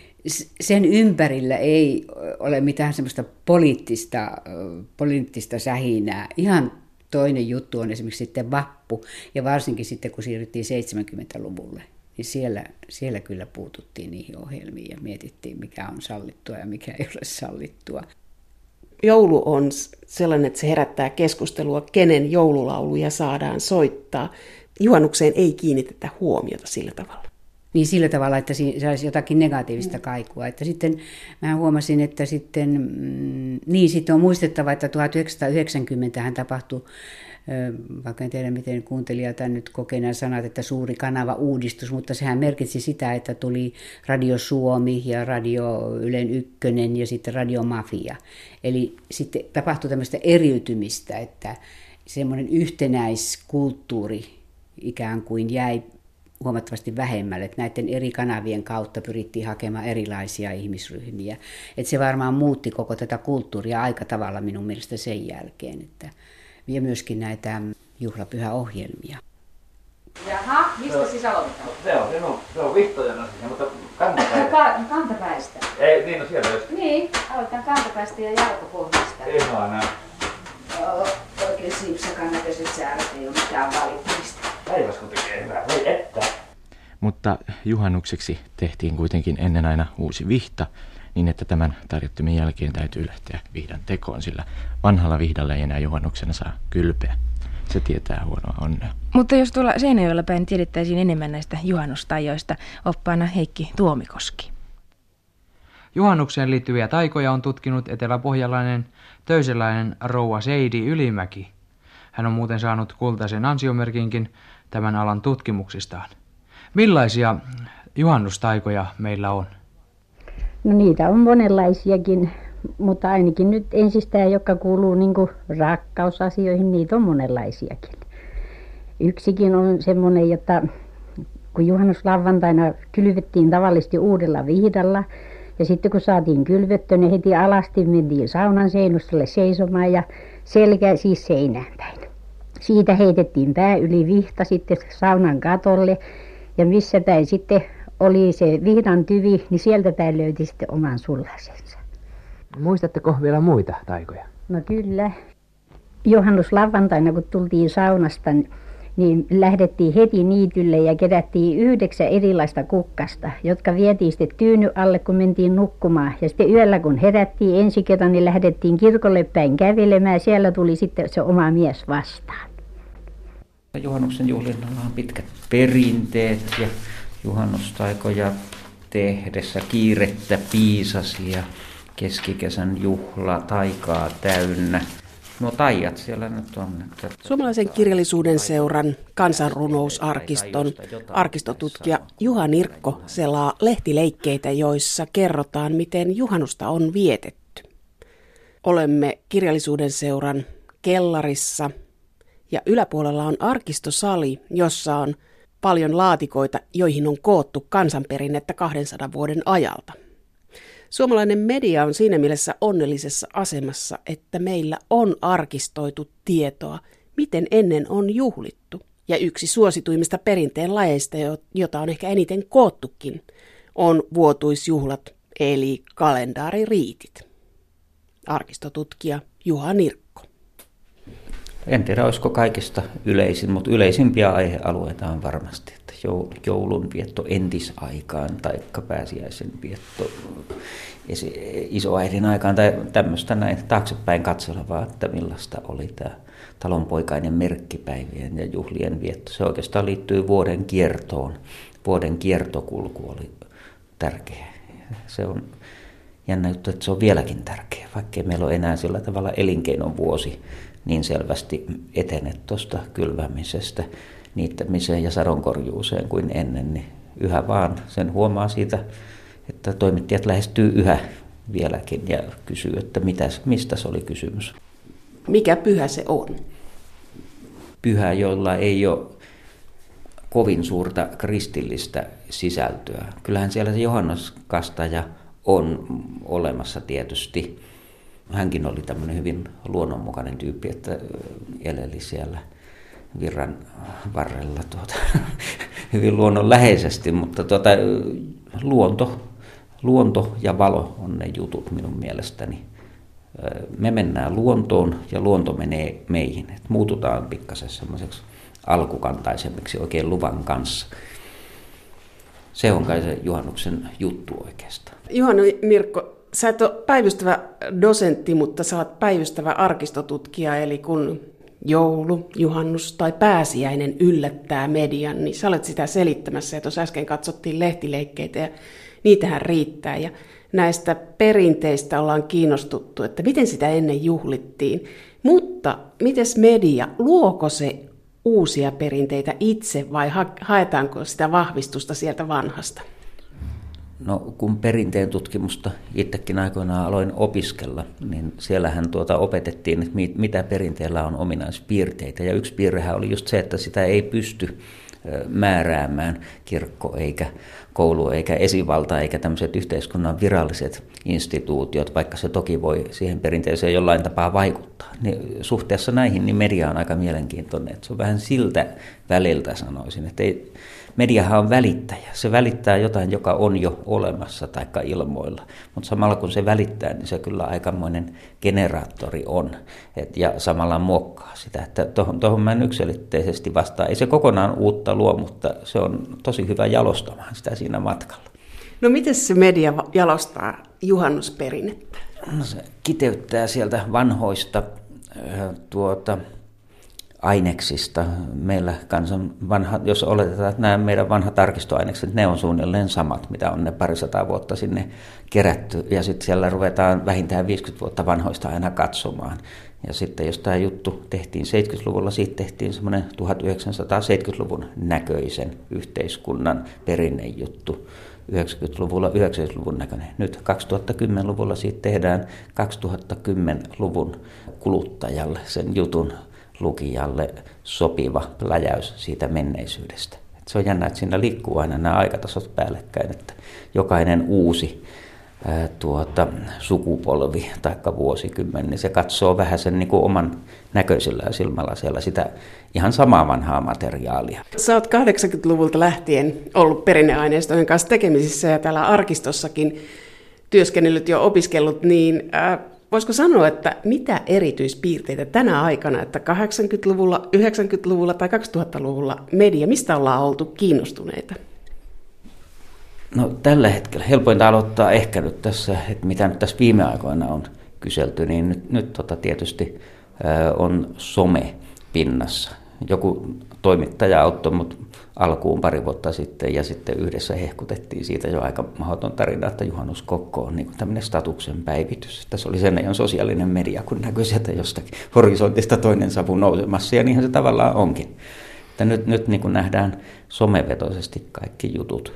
sen ympärillä ei ole mitään semmoista poliittista, poliittista sähinää. Ihan toinen juttu on esimerkiksi sitten vappu, ja varsinkin sitten kun siirryttiin seitsemänkymmentäluvulle, niin siellä, siellä kyllä puututtiin niihin ohjelmiin ja mietittiin, mikä on sallittua ja mikä ei ole sallittua. Joulu on sellainen, että se herättää keskustelua, kenen joululauluja saadaan soittaa. Juhannukseen ei kiinnitetä huomiota sillä tavalla. Niin sillä tavalla, että se olisi jotakin negatiivista kaikua. Että sitten mä huomasin, että sitten, mm, niin sitten on muistettava, että tuhatyhdeksänsataayhdeksänkymmentä hän tapahtui, vaikka en tiedä miten kuuntelija tämän nyt kokee nämä sanat, että suuri kanava-uudistus, mutta sehän merkitsi sitä, että tuli Radio Suomi ja Radio Ylen Ykkönen ja sitten Radio Mafia. Eli sitten tapahtui tämmöistä eriytymistä, että semmoinen yhtenäiskulttuuri ikään kuin jäi huomattavasti vähemmälle, että näiden eri kanavien kautta pyrittiin hakemaan erilaisia ihmisryhmiä. Että se varmaan muutti koko tätä kulttuuria aika tavalla minun mielestä sen jälkeen, että ja myöskin näitä juhlapyhäohjelmia. Jaha, mistä siis aloitetaan? Se on, se on, se on Vihtojan asia, mutta kantapäistä. Ka- kantapäistä. Ei, niin on sieltä just. Niin, aloitetaan kantapäistä ja jalkapohjista. Ihana. Oh, oikein simpsakan näköiset säädöt, ei ole mitään valittamista. Päiväs kun tekee hyvää, voi että. Mutta juhannukseksi tehtiin kuitenkin ennen aina uusi vihta, niin että tämän tarjottimen jälkeen täytyy lähteä vihdan tekoon, sillä vanhalla vihdalla ei enää juhannuksena saa kylpeä. Se tietää huonoa onnea. Mutta jos tuolla Seinäjoella päin tiedettäisiin enemmän näistä juhannustajoista, oppaana Heikki Tuomikoski. Juhannukseen liittyviä taikoja on tutkinut eteläpohjalainen töyseläinen rouva Seidi Ylimäki. Hän on muuten saanut kultaisen ansiomerkinkin tämän alan tutkimuksistaan. Millaisia juhannustaikoja meillä on? No niitä on monenlaisiakin, mutta ainakin nyt ensistään, joka kuuluu niin kuin rakkausasioihin, niitä on monenlaisiakin. Yksikin on semmoinen, että kun juhannuslauantaina kylvettiin tavallisesti uudella vihdalla, ja sitten kun saatiin kylvettyä, niin heti alasti mentiin saunan seinustalle seisomaan ja selkä siis seinään päin. Siitä heitettiin pää yli vihta sitten saunan katolle, ja missä päin sitten oli se vihdan tyvi, niin sieltä päin löyti sitten oman sullaisensa. Muistatteko vielä muita taikoja? No kyllä. Juhannuslauantaina, kun tultiin saunasta, niin lähdettiin heti niitylle ja kerättiin yhdeksän erilaista kukkasta, jotka vietiin sitten tyyny alle, kun mentiin nukkumaan. Ja sitten yöllä, kun herättiin ensi kerran, niin lähdettiin kirkolle päin kävelemään. Siellä tuli sitten se oma mies vastaan. Juhannuksen juhlinnalla on pitkät perinteet ja juhannustaikoja tehdessä kiirettä piisasi ja keskikesän juhla taikaa täynnä. nuo taijat siellä nyt on. Suomalaisen kirjallisuuden seuran kansanrunousarkiston arkistotutkija Juha Nirkko selaa lehtileikkeitä, joissa kerrotaan, miten juhannusta on vietetty. Olemme kirjallisuuden seuran kellarissa ja yläpuolella on arkistosali, jossa on paljon laatikoita, joihin on koottu kansanperinnettä kahdensadan vuoden ajalta. Suomalainen media on siinä mielessä onnellisessa asemassa, että meillä on arkistoitu tietoa, miten ennen on juhlittu. Ja yksi suosituimmista perinteen lajeista, jota on ehkä eniten koottukin, on vuotuisjuhlat eli kalendaaririitit. Arkistotutkija Juha Nirkko. En tiedä, olisiko kaikista yleisin, mutta yleisimpiä aihealueita on varmasti, että joulun vietto entisaikaan tai pääsiäisen vietto isoäidin aikaan tai tämmöistä näin taaksepäin katselevaa, että millaista oli tämä talonpoikainen merkkipäivien ja juhlien vietto. Se oikeastaan liittyy vuoden kiertoon. Vuoden kiertokulku oli tärkeä. Se on jännä juttu, että se on vieläkin tärkeä, vaikkei meillä ole enää sillä tavalla elinkeinon vuosi niin selvästi etenet tuosta kylvämisestä, niittämiseen ja sadonkorjuuseen kuin ennen, niin yhä vaan sen huomaa siitä, että toimittajat lähestyy yhä vieläkin ja kysyy, että mitäs, mistä se oli kysymys. Mikä pyhä se on? Pyhä, jolla ei ole kovin suurta kristillistä sisältöä. Kyllähän siellä se Johannes-kastaja on olemassa tietysti. Hänkin oli tämmöinen hyvin luonnonmukainen tyyppi, että eleli siellä virran varrella tuota, hyvin luonnonläheisesti, mutta tuota, luonto, luonto ja valo on ne jutut minun mielestäni. Me mennään luontoon ja luonto menee meihin. Et muututaan pikkasen semmoiseksi alkukantaisemmiksi oikein luvan kanssa. Se on kai se juhannuksen juttu oikeastaan. Juha Nirkko, sä et ole päivystävä dosentti, mutta sä oot päivystävä arkistotutkija, eli kun joulu, juhannus tai pääsiäinen yllättää median, niin sä olet sitä selittämässä. Ja tuossa äsken katsottiin lehtileikkeitä ja niitähän riittää. Ja näistä perinteistä ollaan kiinnostuttu, että miten sitä ennen juhlittiin. Mutta mites media, luoko se uusia perinteitä itse vai haetaanko sitä vahvistusta sieltä vanhasta? No kun perinteen tutkimusta itsekin aikoinaan aloin opiskella, niin siellähän tuota opetettiin, että mitä perinteellä on ominaispiirteitä. Ja yksi piirrehän oli just se, että sitä ei pysty määräämään kirkko eikä koulu eikä esivalta eikä tämmöiset yhteiskunnan viralliset instituutiot, vaikka se toki voi siihen perinteeseen jollain tapaa vaikuttaa. Niin suhteessa näihin niin media on aika mielenkiintoinen. Että se on vähän siltä väliltä sanoisin, että ei, mediahan on välittäjä. Se välittää jotain, joka on jo olemassa taikka ilmoilla, mutta samalla kun se välittää, niin se kyllä aikamoinen generaattori on. Et, ja samalla muokkaa sitä, että tuohon mä en yksilitteisesti vastaan. Ei se kokonaan uutta luo, mutta se on tosi hyvä jalostamaan sitä siinä matkalla. No miten se media jalostaa juhannusperinnettä? No, se kiteyttää sieltä vanhoista tuota, aineksista. Meillä kansan vanha, jos oletetaan, että nämä meidän vanhat arkistoainekset, ne on suunnilleen samat, mitä on ne parisataa vuotta sinne kerätty. Ja sitten siellä ruvetaan vähintään viisikymmentä vuotta vanhoista aina katsomaan. Ja sitten jos tämä juttu tehtiin seitsemänkymmentäluvulla, siitä tehtiin semmoinen tuhatyhdeksänsataaseitsemänkymmentäluvun näköisen yhteiskunnan perinnejuttu. yhdeksänkymmentäluvulla yhdeksänkymmentäluvun näköinen. Nyt kaksituhattakymmenluvulla siitä tehdään kaksituhattakymmenluvun kuluttajalle, sen jutun lukijalle sopiva läjäys siitä menneisyydestä. Et se on jännä, että siinä liikkuu aina nämä aikatasot päällekkäin, että jokainen uusi ää, tuota, sukupolvi tai vuosikymmen, niin se katsoo vähän sen niin kuin oman näköisellä ja silmällä siellä sitä ihan samaa vanhaa materiaalia. Sä oot kahdeksankymmentäluvulta lähtien ollut perinneaineistojen kanssa tekemisissä ja täällä arkistossakin työskennellyt ja opiskellut, niin äh, voisiko sanoa, että mitä erityispiirteitä tänä aikana, että kahdeksankymmentäluvulla, yhdeksänkymmentäluvulla tai kaksituhattaluvulla media, mistä ollaan oltu kiinnostuneita? No tällä hetkellä helpointa aloittaa ehkä nyt tässä, että mitä nyt tässä viime aikoina on kyselty, niin nyt, nyt tota tietysti äh, on some pinnassa. joku toimittaja auttoi mut alkuun pari vuotta sitten ja sitten yhdessä hehkutettiin siitä jo aika mahdoton tarina, että juhannuskokko on niin tämmöinen statuksen päivitys. Että se oli sen ajan sosiaalinen media, kun näkyi sieltä jostakin horisontista toinen savu nousemassa ja niinhän se tavallaan onkin. Että nyt nyt niin kuin nähdään somevetoisesti kaikki jutut.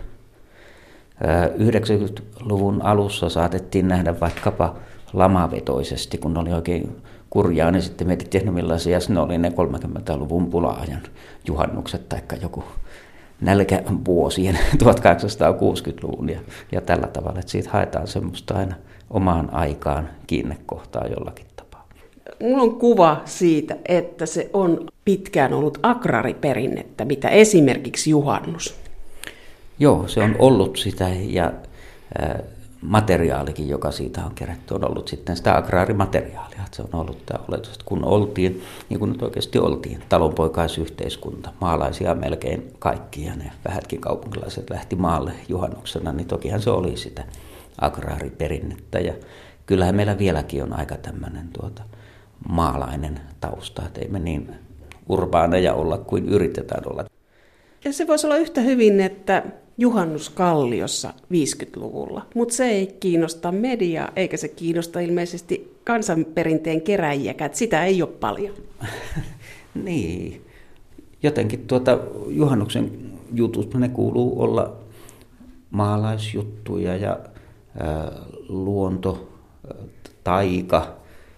yhdeksänkymmentäluvun alussa saatettiin nähdä vaikkapa lamavetoisesti, kun ne oli oikein kurjaa, niin sitten mietittiin, että millaisia ne oli ne kolmekymmentäluvun pula-ajan juhannukset tai joku nälkävuosien tuhatkahdeksansataakuusikymmentäluvun ja, ja tällä tavalla, että siitä haetaan semmoista aina omaan aikaan kiinnekohtaa jollakin tapaa. Mulla on kuva siitä, että se on pitkään ollut agraariperinnettä, mitä esimerkiksi juhannus. Joo, se on ollut sitä ja äh, materiaalikin, joka siitä on kerätty, on ollut sitten sitä agraarimateriaalia. Se on ollut tämä oletus, että kun oltiin, niin kuin nyt oikeasti oltiin, talonpoikaisyhteiskunta, maalaisia melkein kaikki ja ne vähätkin kaupunkilaiset lähti maalle juhannuksena, niin tokihan se oli sitä agraariperinnettä. Ja kyllähän meillä vieläkin on aika tämmöinen tuota, maalainen tausta, että ei me niin urbaaneja olla kuin yritetään olla. Ja se voisi olla yhtä hyvin, että juhannus Kalliossa viisikymmentäluvulla, mutta se ei kiinnosta mediaa, eikä se kiinnosta ilmeisesti kansanperinteen keräjiäkään, sitä ei ole paljon. Niin, jotenkin tuota juhannuksen jutut, ne kuuluu olla maalaisjuttuja ja ää, luonto, taika,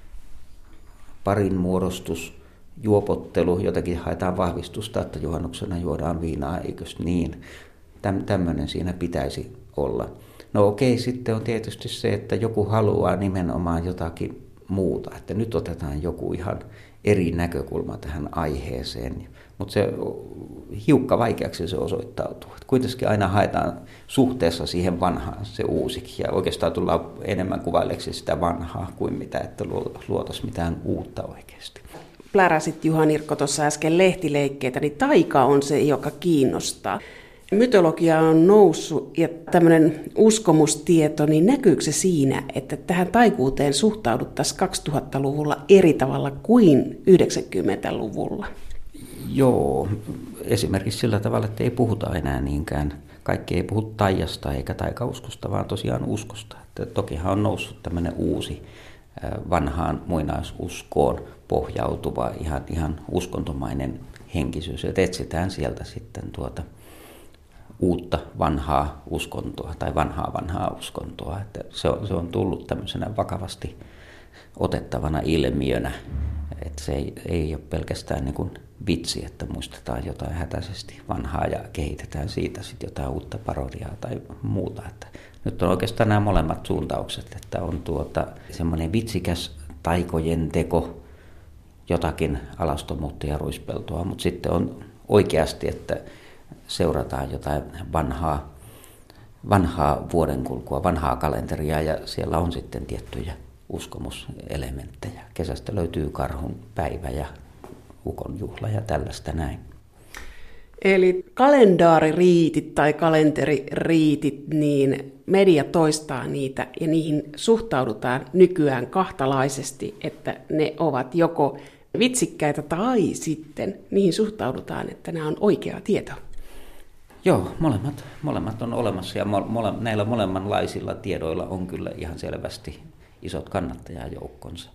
parin muodostus, juopottelu, jotenkin haetaan vahvistusta, että juhannuksena juodaan viinaa, eikös niin? Täm, tämmöinen siinä pitäisi olla. No okei, sitten on tietysti se, että joku haluaa nimenomaan jotakin muuta, että nyt otetaan joku ihan eri näkökulma tähän aiheeseen. Mutta se hiukka vaikeaksi se osoittautuu. Et kuitenkin aina haetaan suhteessa siihen vanhaan se uusikin ja oikeastaan tullaan enemmän kuvaileksi sitä vanhaa kuin mitä, että luotaisiin mitään uutta oikeasti. Pläräsit Juha Nirkko tuossa äsken lehtileikkeitä, niin taika on se, joka kiinnostaa. Mytologia on noussut ja tämmöinen uskomustieto, niin näkyykö se siinä, että tähän taikuuteen suhtauduttaisiin kaksituhattaluvulla eri tavalla kuin yhdeksänkymmentäluvulla? Joo, esimerkiksi sillä tavalla, että ei puhuta enää niinkään. Kaikki ei puhu taijasta eikä taikauskosta, vaan tosiaan uskosta. Että tokihan on noussut tämmöinen uusi vanhaan muinaisuskoon pohjautuva ihan, ihan uskontomainen henkisyys, että etsitään sieltä sitten tuota uutta vanhaa uskontoa tai vanhaa vanhaa uskontoa. Että se, on, se on tullut tämmöisenä vakavasti otettavana ilmiönä, että se ei, ei ole pelkästään niin kuin vitsi, että muistetaan jotain hätäisesti vanhaa ja kehitetään siitä sitten jotain uutta parodiaa tai muuta. Että nyt on oikeastaan nämä molemmat suuntaukset, että on tuota semmoinen vitsikäs taikojen teko, jotakin alastomuutta ja ruispeltoa, mutta sitten on oikeasti, että seurataan jotain vanhaa, vanhaa vuodenkulkua, vanhaa kalenteria ja siellä on sitten tiettyjä uskomuselementtejä. Kesästä löytyy karhun päivä ja ukon juhla ja tällaista näin. Eli kalendaaririitit tai kalenteririitit, niin media toistaa niitä ja niihin suhtaudutaan nykyään kahtalaisesti, että ne ovat joko vitsikkäitä tai sitten niihin suhtaudutaan, että nämä on oikeaa tietoa. Joo, molemmat, molemmat on olemassa ja mole, näillä molemmanlaisilla tiedoilla on kyllä ihan selvästi isot kannattajajoukkonsa.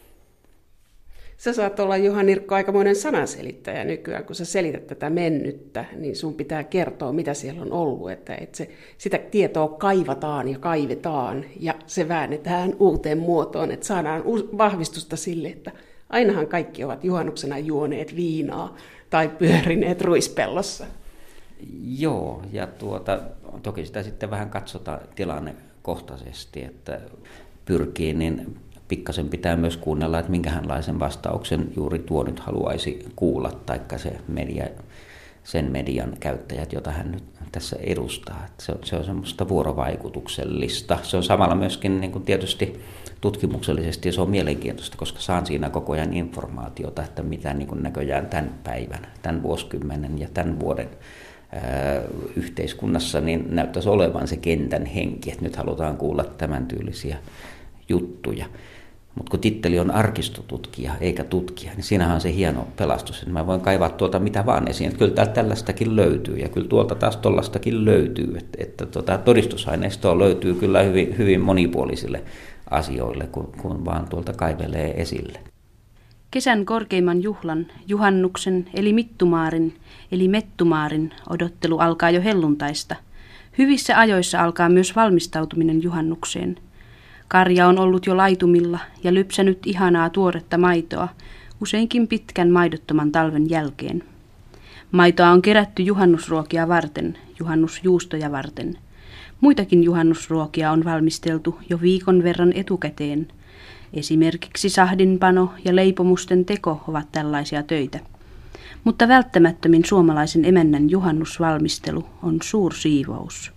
Sä saat olla, Juha Nirkko, aikamoinen sananselittäjä nykyään, kun sä selität tätä mennyttä, niin sun pitää kertoa, mitä siellä on ollut, että, että se, sitä tietoa kaivataan ja kaivetaan ja se väännetään uuteen muotoon, että saadaan vahvistusta sille, että ainahan kaikki ovat juhannuksena juoneet viinaa tai pyörineet ruispellossa. Joo, ja tuota, toki sitä sitten vähän katsotaan tilannekohtaisesti, että pyrkii, niin pikkasen pitää myös kuunnella, että minkälaisen vastauksen juuri tuo nyt haluaisi kuulla, taikka se media, sen median käyttäjät, jota hän nyt tässä edustaa. Että se, on, se on semmoista vuorovaikutuksellista. Se on samalla myöskin niin kuin tietysti tutkimuksellisesti ja se on mielenkiintoista, koska saan siinä koko ajan informaatiota, että mitä niin kuin näköjään tämän päivän, tämän vuosikymmenen ja tämän vuoden ää, yhteiskunnassa niin näyttäisi olevan se kentän henki, että nyt halutaan kuulla tämän tyylisiä juttuja. Mutta kun titteli on arkistotutkija eikä tutkija, niin siinähän on se hieno pelastus, että mä voin kaivaa tuolta mitä vaan esiin. Että kyllä täältä tällaistakin löytyy ja kyllä tuolta taas tollastakin löytyy. Että, että tota, todistusaineistoa löytyy kyllä hyvin, hyvin monipuolisille asioille, kun, kun vaan tuolta kaivelee esille. Kesän korkeimman juhlan, juhannuksen eli mittumaarin eli mettumaarin odottelu alkaa jo helluntaista. Hyvissä ajoissa alkaa myös valmistautuminen juhannukseen. Karja on ollut jo laitumilla ja lypsänyt ihanaa tuoretta maitoa, useinkin pitkän maidottoman talven jälkeen. Maitoa on kerätty juhannusruokia varten, juhannusjuustoja varten. Muitakin juhannusruokia on valmisteltu jo viikon verran etukäteen. Esimerkiksi sahdinpano ja leipomusten teko ovat tällaisia töitä. Mutta välttämättömin suomalaisen emännän juhannusvalmistelu on suursiivous.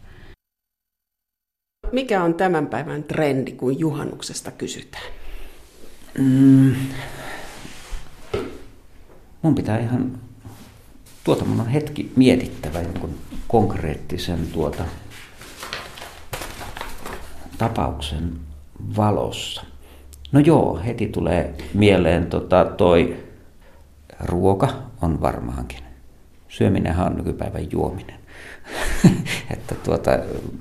Mikä on tämän päivän trendi, kun juhannuksesta kysytään? Mm. Mun pitää ihan, tuota mun on hetki mietittävä jonkun konkreettisen tuota tapauksen valossa. No joo, heti tulee mieleen tota, toi ruoka on varmaankin. Syöminenhän on nykypäivän juominen. Että tuota,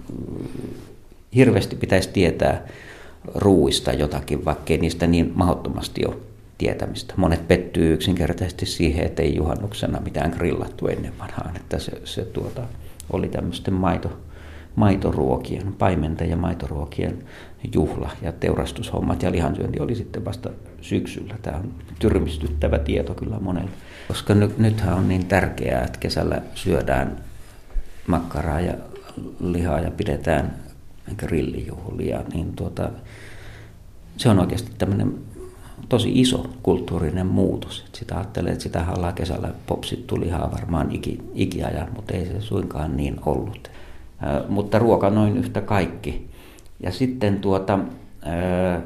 hirveästi pitäisi tietää ruuista jotakin, vaikkei niistä niin mahdottomasti ole tietämistä. Monet pettyy yksinkertaisesti siihen, että ei juhannuksena mitään grillattu ennen vanhaan. Että se, se tuota, oli tämmöisten maito, maitoruokien, paimenten ja maitoruokien juhla ja teurastushommat ja lihansyönti oli sitten vasta syksyllä. Tämä on tyrmistyttävä tieto kyllä monelle. Koska nyt, nythän on niin tärkeää, että kesällä syödään makkaraa ja lihaa ja pidetään grillijuhlia, niin tuota, se on oikeasti tämmöinen tosi iso kulttuurinen muutos. Et sitä ajattelee, että sitä ollaan kesällä popsittu lihaa varmaan iki, ikiajan, mutta ei se suinkaan niin ollut. Ä, mutta ruoka noin yhtä kaikki. Ja sitten tuota, ä,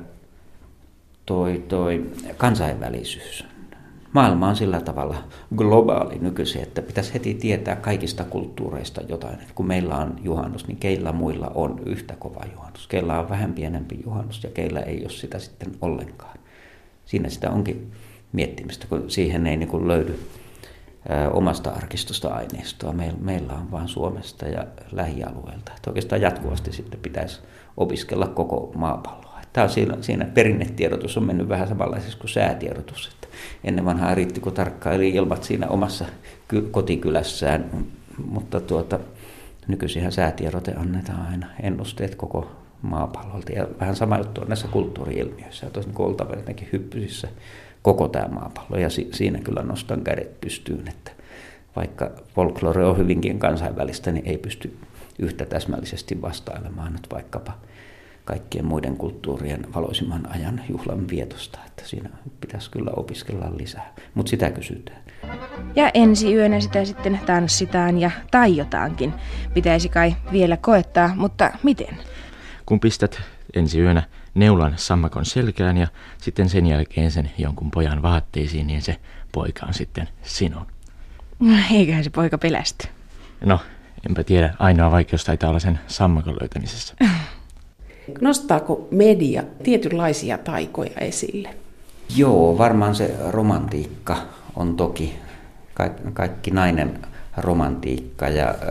toi, toi kansainvälisyys. Maailma on sillä tavalla globaali nykyisin, että pitäisi heti tietää kaikista kulttuureista jotain. Että kun meillä on juhannus, niin keillä muilla on yhtä kova juhannus. Keillä on vähän pienempi juhannus ja keillä ei ole sitä sitten ollenkaan. Siinä sitä onkin miettimistä, kun siihen ei niin kuin löydy ää, omasta arkistosta aineistoa. Meillä, meillä on vain Suomesta ja lähialueelta. Että oikeastaan jatkuvasti sitten pitäisi opiskella koko maapalloa. Tämä on siinä, siinä perinnetiedotus on mennyt vähän samanlaisessa kuin säätiedotus. Että ennen vanhaa riitti, kun tarkkaili ilmat siinä omassa ky- kotikylässään, mutta tuota, nykyisinhän säätiedote annetaan aina ennusteet koko maapallolta. Ja vähän sama juttu on näissä kulttuuri-ilmiöissä, että olisi niin oltava jotenkin hyppysissä koko tämä maapallo. Ja si- siinä kyllä nostan kädet pystyyn, että vaikka folklore on hyvinkin kansainvälistä, niin ei pysty yhtä täsmällisesti vastailemaan nyt vaikkapa kaikkien muiden kulttuurien valoisimman ajan juhlan vietosta, että siinä pitäisi kyllä opiskella lisää, mutta sitä kysytään. Ja ensi yönä sitä sitten tanssitaan ja taiotaankin. Pitäisi kai vielä koettaa, mutta miten? Kun pistät ensi yönä neulan sammakon selkään ja sitten sen jälkeen sen jonkun pojan vaatteisiin, niin se poika on sitten sinun. Eiköhän se poika pelästy. No, enpä tiedä. Ainoa vaikeus taitaa olla sen sammakon löytämisessä. Nostaako media tietynlaisia taikoja esille? Joo, varmaan se romantiikka on toki Ka- kaikki nainen romantiikka ja äh,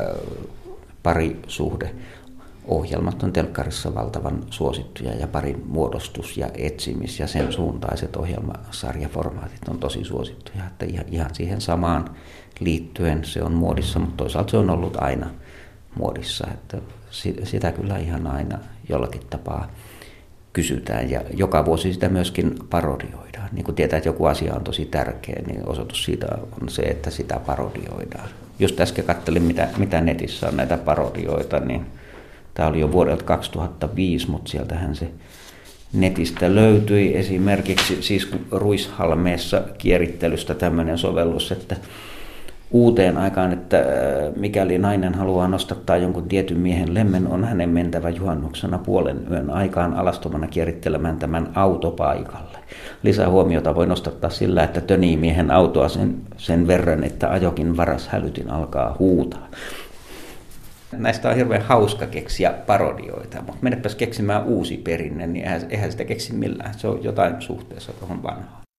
parisuhdeohjelmat on telkkarissa valtavan suosittuja ja parin muodostus ja etsimis ja sen suuntaiset ohjelmasarjaformaatit on tosi suosittuja. Että ihan, ihan siihen samaan liittyen se on muodissa, mutta toisaalta se on ollut aina muodissa. Että sitä kyllä ihan aina jollakin tapaa kysytään ja joka vuosi sitä myöskin parodioidaan. Niin kun tietää, että joku asia on tosi tärkeä, niin osoitus siitä on se, että sitä parodioidaan. Just äsken katselin, mitä, mitä netissä on näitä parodioita, niin tämä oli jo vuodelta kaksituhattaviisi, mutta sieltähän se netistä löytyi esimerkiksi siis Ruishalmeessa kierittelystä tämmöinen sovellus, että uuteen aikaan, että mikäli nainen haluaa nostattaa jonkun tietyn miehen lemmen, on hänen mentävä juhannuksena puolen yön aikaan alastomana kierittelemään tämän autopaikalle. Lisähuomiota voi nostattaa sillä, että tönii miehen autoa sen, sen verran, että ajokin varas hälytin alkaa huutaa. Näistä on hirveän hauska keksiä parodioita, mutta menepäs keksimään uusi perinne, niin eihän, eihän sitä keksi millään. Se on jotain suhteessa tuohon vanhaan.